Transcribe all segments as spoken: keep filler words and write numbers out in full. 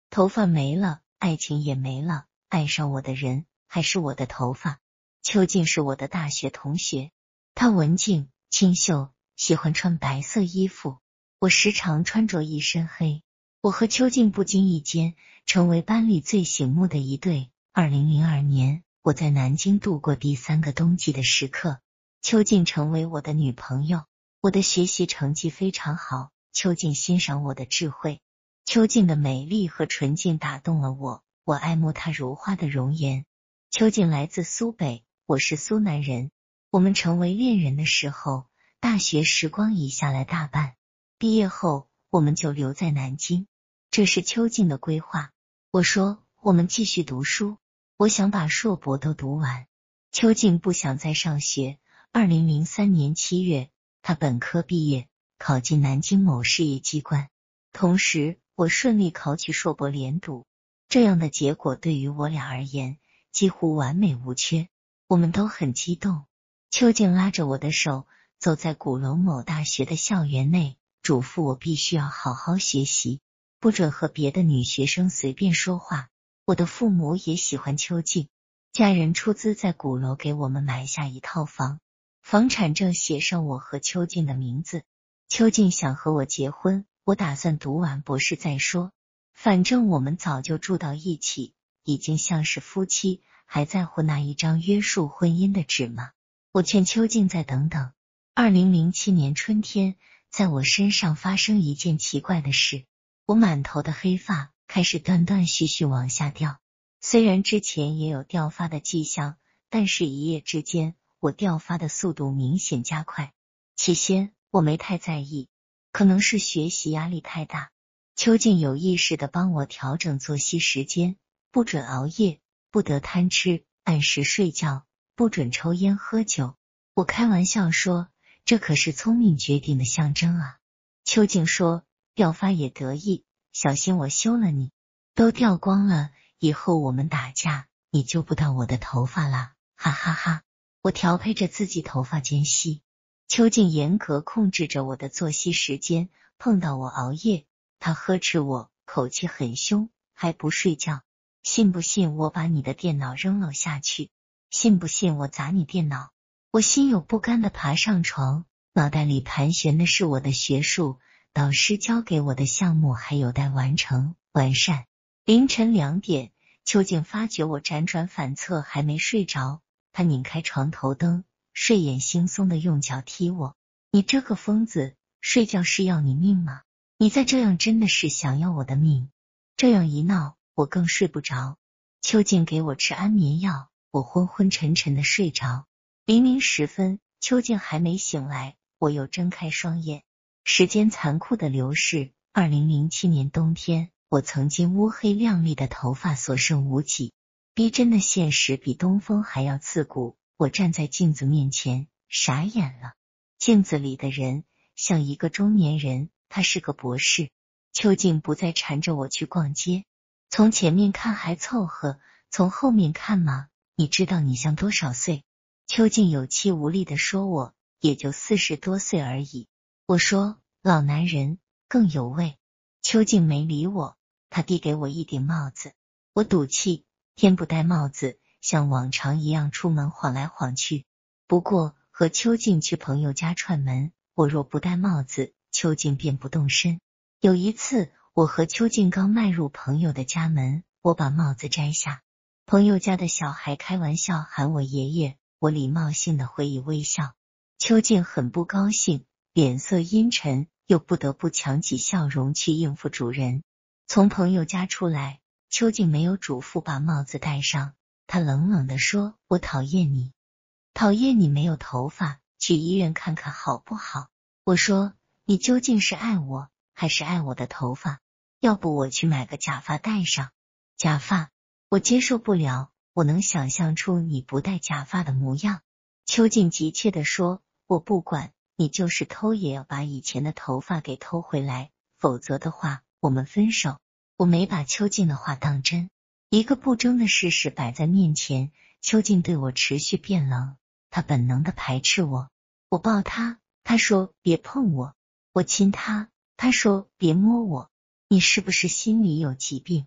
头发没了，爱情也没了，爱上我的人还是我的头发。邱静是我的大学同学，她文静清秀，喜欢穿白色衣服，我时常穿着一身黑。我和邱静不经意间成为班里最醒目的一对。二零零二年，我在南京度过第三个冬季的时刻，邱静成为我的女朋友。我的学习成绩非常好，邱静欣赏我的智慧。邱静的美丽和纯净打动了我，我爱慕她如花的容颜。邱静来自苏北，我是苏南人。我们成为恋人的时候，大学时光已下来大半，毕业后我们就留在南京，这是邱静的规划。我说我们继续读书，我想把硕博都读完。邱静不想再上学。二零零三年七月，她本科毕业，考进南京某事业机关，同时我顺利考取硕博连读。这样的结果对于我俩而言几乎完美无缺，我们都很激动。邱静拉着我的手走在鼓楼某大学的校园内，嘱咐我必须要好好学习，不准和别的女学生随便说话。我的父母也喜欢邱静，家人出资在鼓楼给我们买下一套房，房产证写上我和邱静的名字。邱静想和我结婚，我打算读完博士再说，反正我们早就住到一起，已经像是夫妻，还在乎那一张约束婚姻的纸吗？我劝邱静再等等。二零零七年春天，在我身上发生一件奇怪的事，我满头的黑发开始断断续续往下掉。虽然之前也有掉发的迹象，但是一夜之间我掉发的速度明显加快。起先我没太在意，可能是学习压力太大。邱静有意识地帮我调整作息时间，不准熬夜，不得贪吃，按时睡觉，不准抽烟喝酒。我开玩笑说，这可是聪明决定的象征啊。邱静说，掉发也得意，小心我休了你，都掉光了，以后我们打架你揪不到我的头发啦，哈哈哈。我调配着自己头发间隙，邱静严格控制着我的作息时间，碰到我熬夜，他呵斥我，口气很凶，还不睡觉，信不信我把你的电脑扔了下去，信不信我砸你电脑。我心有不甘地爬上床，脑袋里盘旋的是我的学术，导师交给我的项目还有待完成完善。凌晨两点，邱静发觉我辗转反侧还没睡着，他拧开床头灯，睡眼惺忪的用脚踢我。你这个疯子，睡觉是要你命吗？你再这样真的是想要我的命。这样一闹，我更睡不着。邱静给我吃安眠药，我昏昏沉沉的睡着。黎明时分，邱静还没醒来，我又睁开双眼。时间残酷的流逝，二零零七年冬天，我曾经乌黑亮丽的头发所剩无几，逼真的现实比东风还要刺骨。我站在镜子面前，傻眼了。镜子里的人像一个中年人，他是个博士。邱静不再缠着我去逛街，从前面看还凑合，从后面看嘛，你知道你像多少岁？邱静有气无力地说，我也就四十多岁而已。我说，老男人更有味。邱静没理我，他递给我一顶帽子。我赌气，天不戴帽子，像往常一样出门晃来晃去。不过和邱静去朋友家串门，我若不戴帽子，邱静便不动身。有一次，我和邱静刚迈入朋友的家门，我把帽子摘下，朋友家的小孩开玩笑喊我爷爷，我礼貌性的回以微笑。邱静很不高兴，脸色阴沉，又不得不强起笑容去应付主人。从朋友家出来，邱静没有嘱咐把帽子戴上，她冷冷地说，我讨厌你，讨厌你没有头发，去医院看看好不好？我说，你究竟是爱我还是爱我的头发？要不我去买个假发戴上。假发我接受不了，我能想象出你不戴假发的模样。邱静急切地说，我不管，你就是偷也要把以前的头发给偷回来，否则的话我们分手。我没把邱静的话当真，一个不争的事实摆在面前，邱静对我持续变冷，她本能的排斥我。我抱她，她说别碰我，我亲她，她说别摸我，你是不是心里有疾病？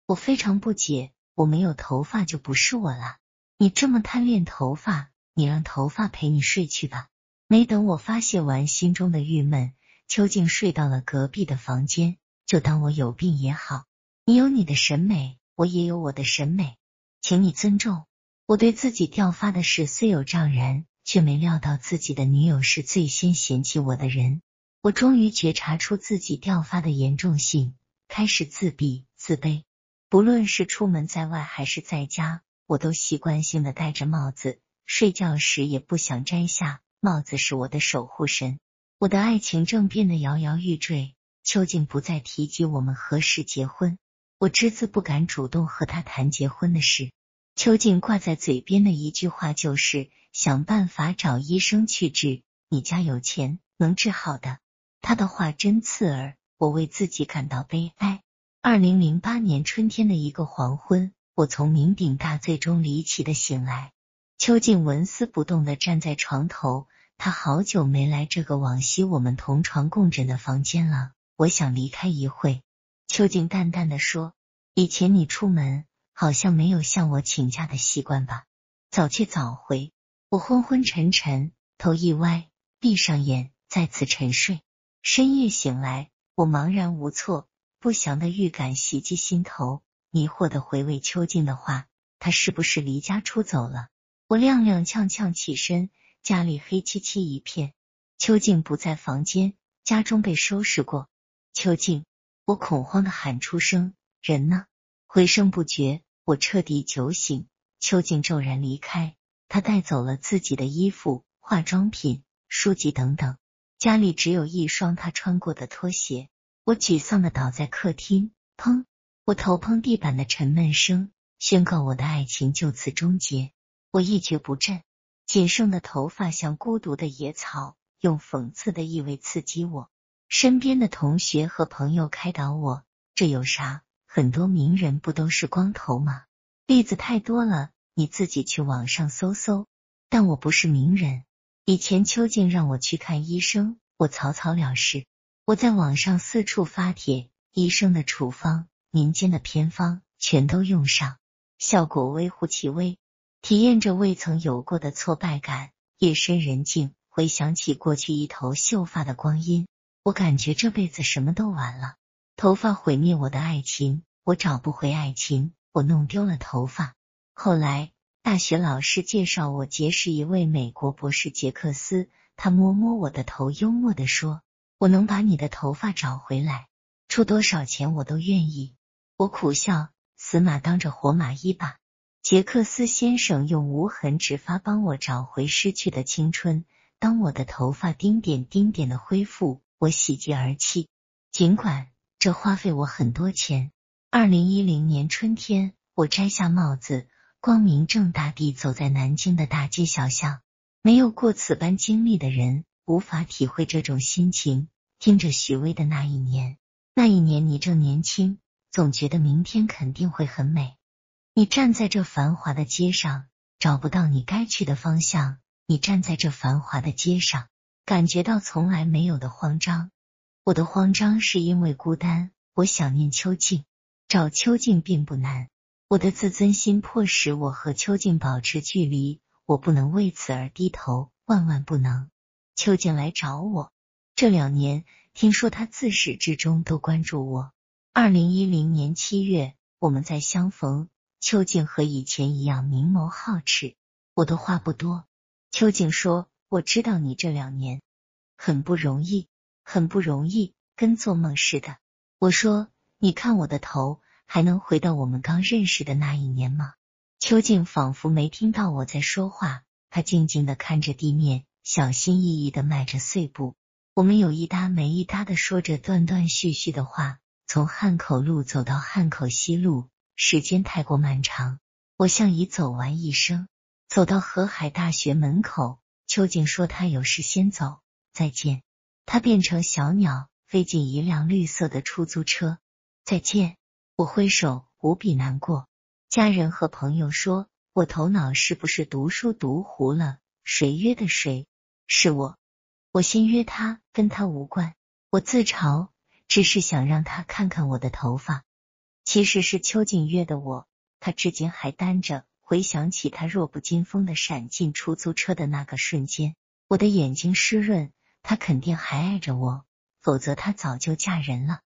我非常不解，我没有头发就不是我啦。你这么贪恋头发，你让头发陪你睡去吧。没等我发泄完心中的郁闷，秋静睡到了隔壁的房间，就当我有病也好。你有你的审美，我也有我的审美，请你尊重。我对自己掉发的事虽有障然，却没料到自己的女友是最先嫌弃我的人。我终于觉察出自己掉发的严重性，开始自闭、自卑。不论是出门在外还是在家，我都习惯性的戴着帽子，睡觉时也不想摘下，帽子是我的守护神。我的爱情正变得摇摇欲坠，秋静不再提及我们何时结婚，我只字不敢主动和他谈结婚的事。秋静挂在嘴边的一句话就是想办法找医生去治，你家有钱，能治好的。他的话真刺耳，我为自己感到悲哀。二零零八年春天的一个黄昏，我从酩酊大醉中离奇的醒来。秋静纹丝不动地站在床头，她好久没来这个往昔我们同床共枕的房间了，我想离开一会。秋静淡淡地说，以前你出门好像没有向我请假的习惯吧？早去早回。我昏昏沉沉，头一歪，闭上眼，再次沉睡。深夜醒来，我茫然无措，不祥的预感袭击心头，迷惑地回味秋静的话，他是不是离家出走了？我踉踉跄跄起身，家里黑漆漆一片，秋静不在房间，家中被收拾过。秋静，我恐慌地喊出声，人呢？回声不绝，我彻底酒醒。秋静骤然离开，她带走了自己的衣服、化妆品、书籍等等，家里只有一双她穿过的拖鞋。我沮丧地倒在客厅，砰！我头碰地板的沉闷声宣告我的爱情就此终结。我一蹶不振，仅剩的头发像孤独的野草，用讽刺的意味刺激我。身边的同学和朋友开导我，这有啥？很多名人不都是光头吗？例子太多了，你自己去网上搜搜。但我不是名人。以前秋静让我去看医生，我草草了事。我在网上四处发帖，医生的处方、民间的偏方全都用上，效果微乎其微。体验着未曾有过的挫败感，夜深人静，回想起过去一头秀发的光阴，我感觉这辈子什么都完了。头发毁灭我的爱情，我找不回爱情，我弄丢了头发。后来大学老师介绍我结识一位美国博士杰克斯，他摸摸我的头，幽默地说，我能把你的头发找回来，出多少钱我都愿意。我苦笑，死马当着活马医吧。杰克斯先生用无痕指法帮我找回失去的青春，当我的头发丁点丁点的恢复，我喜极而泣。尽管这花费我很多钱。二零一零年春天，我摘下帽子，光明正大地走在南京的大街小巷。没有过此般经历的人无法体会这种心情。听着许巍的那一年，那一年你正年轻，总觉得明天肯定会很美。你站在这繁华的街上，找不到你该去的方向。你站在这繁华的街上，感觉到从来没有的慌张。我的慌张是因为孤单，我想念秋静。找秋静并不难，我的自尊心迫使我和秋静保持距离，我不能为此而低头，万万不能。秋静来找我，这两年听说她自始至终都关注我。二零一零年七月，我们再相逢，秋静和以前一样明眸皓齿。我的话不多，秋静说，我知道你这两年很不容易，很不容易，跟做梦似的。我说，你看我的头，还能回到我们刚认识的那一年吗？秋静仿佛没听到我在说话，她静静地看着地面，小心翼翼地迈着碎步。我们有一搭没一搭地说着断断续续的话，从汉口路走到汉口西路，时间太过漫长，我像已走完一生。走到河海大学门口，秋静说她有事先走，再见。她变成小鸟，飞进一辆绿色的出租车。再见。我挥手，无比难过。家人和朋友说，我头脑是不是读书读糊了？谁约的谁？是我。我先约他，跟他无关。我自嘲，只是想让他看看我的头发。 其实是邱静约的我，他至今还单着。回想起他弱不禁风的闪进出租车的那个瞬间，我的眼睛湿润，他肯定还爱着我，否则他早就嫁人了。